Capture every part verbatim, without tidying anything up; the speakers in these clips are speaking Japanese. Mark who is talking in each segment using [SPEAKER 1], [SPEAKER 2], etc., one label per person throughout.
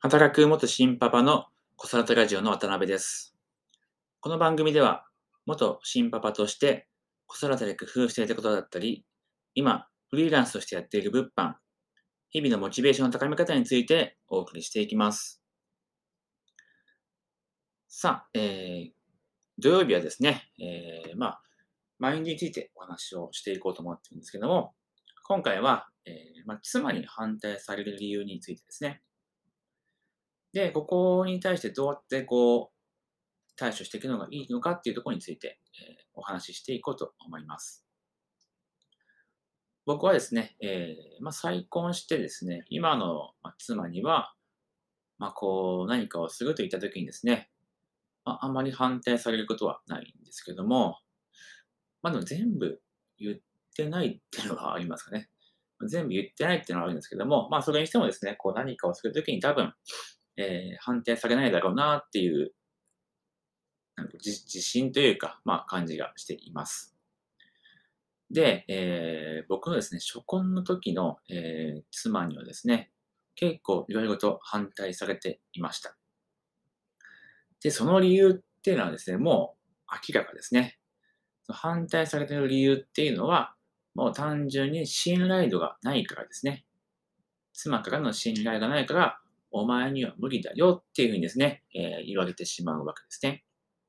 [SPEAKER 1] 働く元新パパの子育てラジオの渡辺です。この番組では、元新パパとして子育てで工夫していたことだったり、今、フリーランスとしてやっている物販、日々のモチベーションの高め方についてお送りしていきます。さあ、えー、土曜日はですね、えー、まあ、マインドについてお話をしていこうと思っているんですけども、今回は、えーまあ、妻に反対される理由についてですね。で、ここに対してどうやってこう、対処していくのがいいのかっていうところについて、えーお話ししていこうと思います。僕はですね、えーまあ、再婚してですね、今の、ま、妻には、まあ、こう、何かをすると言った時にですね、まあ、あまり反対されることはないんですけども、ま、でも全部言ってないっていうのがありますかね。全部言ってないっていうのはあるんですけども、まあ、それにしてもですね、こう何かをする時に多分、えー反対されないだろうなっていう、なんかじ自信というか、まあ、感じがしています。で、えー僕のですね、初婚の時の、えー妻にはですね、結構いろいろと反対されていました。で、その理由っていうのはですね、もう明らかですね。その反対されている理由っていうのは、もう単純に信頼度がないからですね。妻からの信頼がないから、お前には無理だよっていうふうにですね、えー言われてしまうわけですね。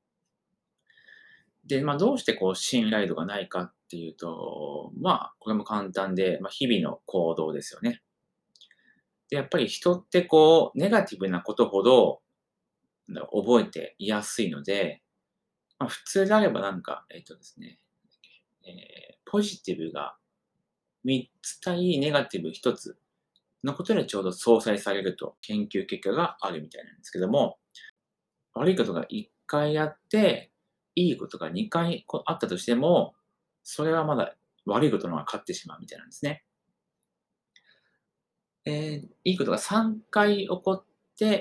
[SPEAKER 1] で、まあ、どうしてこう信頼度がないかっていうと、まあ、これも簡単で、まあ、日々の行動ですよね。で、やっぱり人ってこう、ネガティブなことほど、なんだ覚えていやすいので、まあ、普通であればなんか、えっとですね、えーポジティブがみっつ対ネガティブひとつのことでちょうど相殺されると研究結果があるみたいなんですけども、悪いことがいっかいあって、いいことがにかいこあったとしても、それはまだ悪いことの方が勝ってしまうみたいなんですね。えーいいことがさんかい起こって、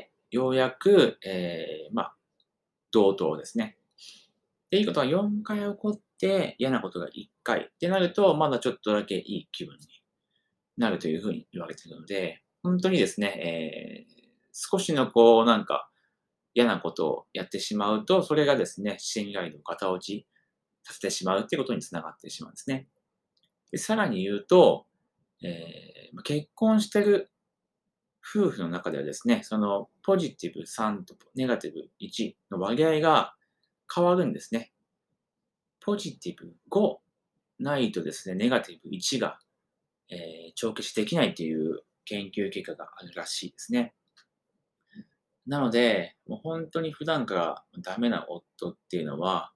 [SPEAKER 1] ようやく、えーまあ、同等ですね。で、いいことがよんかい起こって、嫌なことがいっかいってなると、まだちょっとだけいい気分になるというふうに言われているので、本当にですね、えー少しのこう、なんか、嫌なことをやってしまうと、それがですね、信頼度をガタ落ちさせてしまうっていうことに繋がってしまうんですね。で、さらに言うと、えーま、結婚してる夫婦の中ではですね、そのポジティブさんとネガティブいちの割合が変わるんですね。ポジティブごないとですね、ネガティブいちが、えー帳消しできないという研究結果があるらしいですね。なので、もう本当に普段からダメな夫っていうのは、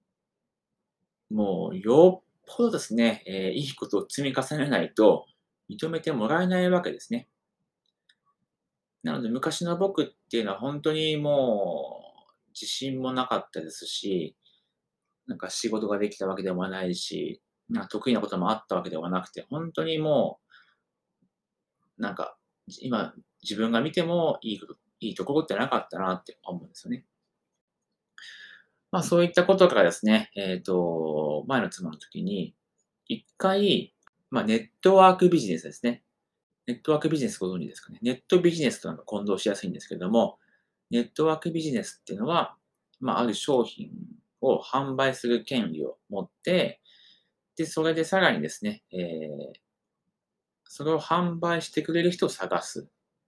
[SPEAKER 1] もうよっぽどですね、えーいいことを積み重ねないと認めてもらえないわけですね。なので昔の僕っていうのは本当にもう自信もなかったですし、なんか仕事ができたわけでもないし、なんか得意なこともあったわけではなくて、本当にもう、なんか、今自分が見てもいいこといいところってなかったなって思うんですよね。まあ、そういったことからですね、えっと、前の妻の時に、一回、まあ、ネットワークビジネスですね。ネットワークビジネスご存知ですかね。ネットビジネスとなんか混同しやすいんですけれども、ネットワークビジネスっていうのは、まあ、ある商品を販売する権利を持って、で、それでさらにですね、えーそれを販売してくれる人を探す。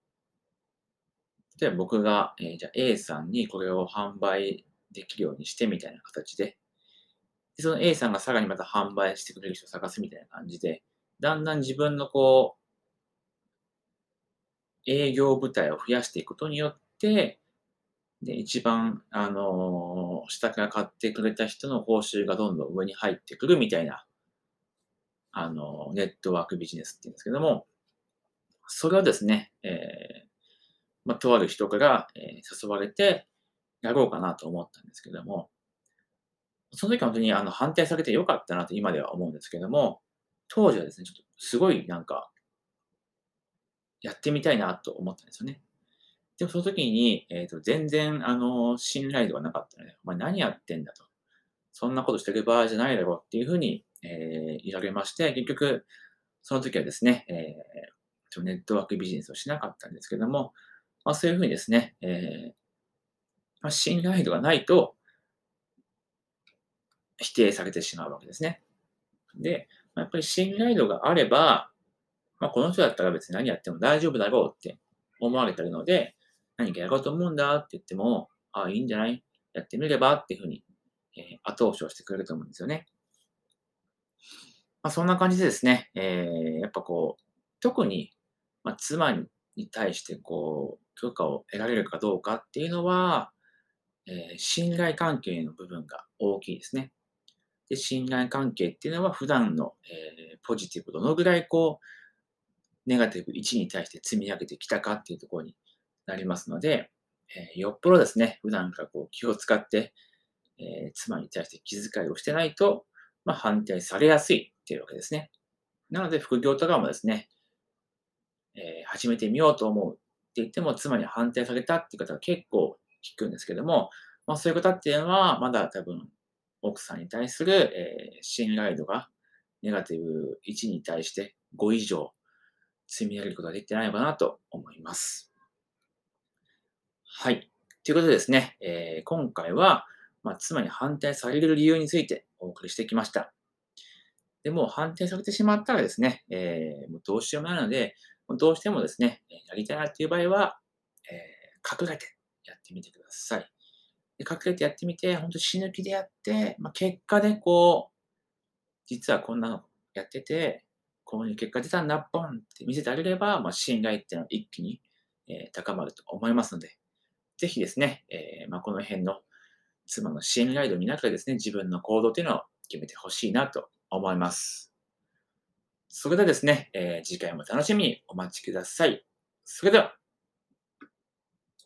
[SPEAKER 1] で、僕が、えーじゃあ A さんにこれを販売できるようにしてみたいな形で、で、その A さんがさらにまた販売してくれる人を探すみたいな感じで、だんだん自分のこう、営業部隊を増やしていくことによって、で、一番、あの、下から買ってくれた人の報酬がどんどん上に入ってくるみたいな、あの、ネットワークビジネスっていうんですけども、それをですね、ええ、ま、とある人から、ええ、誘われてやろうかなと思ったんですけども、その時はほんとに、あの、反対されて良かったなと今では思うんですけども、当時はですね、ちょっとすごいなんか、やってみたいなと思ったんですよね。でもその時に、えっと、全然、あの、信頼度がなかったので、「お前何やってんだ」と。そんなことしてる場合じゃないだろうっていう風に、えー言われまして、結局、その時はですね、えーネットワークビジネスをしなかったんですけども、 まあ、そういうふうにですね、えーまあ、信頼度がないと否定されてしまうわけですね。で、まあ、やっぱり信頼度があれば、まあ、この人だったら別に何やっても大丈夫だろうって思われてるので、何かやろうと思うんだって言っても、ああ、いいんじゃない、やってみればっていうふうに、えー後押しをしてくれると思うんですよね。まあ、そんな感じでですね、えーやっぱこう、特に、まあ、妻にに対してこう、許可を得られるかどうかっていうのは、えー信頼関係の部分が大きいですね。で、信頼関係っていうのは普段の、えーポジティブ、どのぐらいこう、ネガティブいちに対して積み上げてきたかっていうところになりますので、えーよっぽどですね、普段からこう気を使って、えー妻に対して気遣いをしてないと、まあ、反対されやすいっていうわけですね。なので、副業とかもですね、えー始めてみようと思うって言っても、妻に反対されたっていう方が結構聞くんですけども、まあ、そういう方っていうのは、まだ多分、奥さんに対する、えー信頼度がネガティブいちに対してご以上積み上げることができてないのかなと思います。はい。ということでですね、えー今回は、まあ、妻に反対される理由についてお送りしてきました。でも反対されてしまったらですね、えーもうどうしようもないので、もうどうしてもですね、えやりたいなっていう場合は、えー隠れてやってみてください。で、隠れてやってみて、ほんと死ぬ気でやって、まあ、結果でこう、実はこんなのやってて、こういう結果出たんだ、ボンって見せてあげれば、まあ、信頼っていうのは一気に、えー高まると思いますので、ぜひですね、えーまあ、この辺の妻の信頼度を見ながらですね、自分の行動っていうのを決めてほしいなと思います。それではですね、えー次回も楽しみにお待ちください。それでは。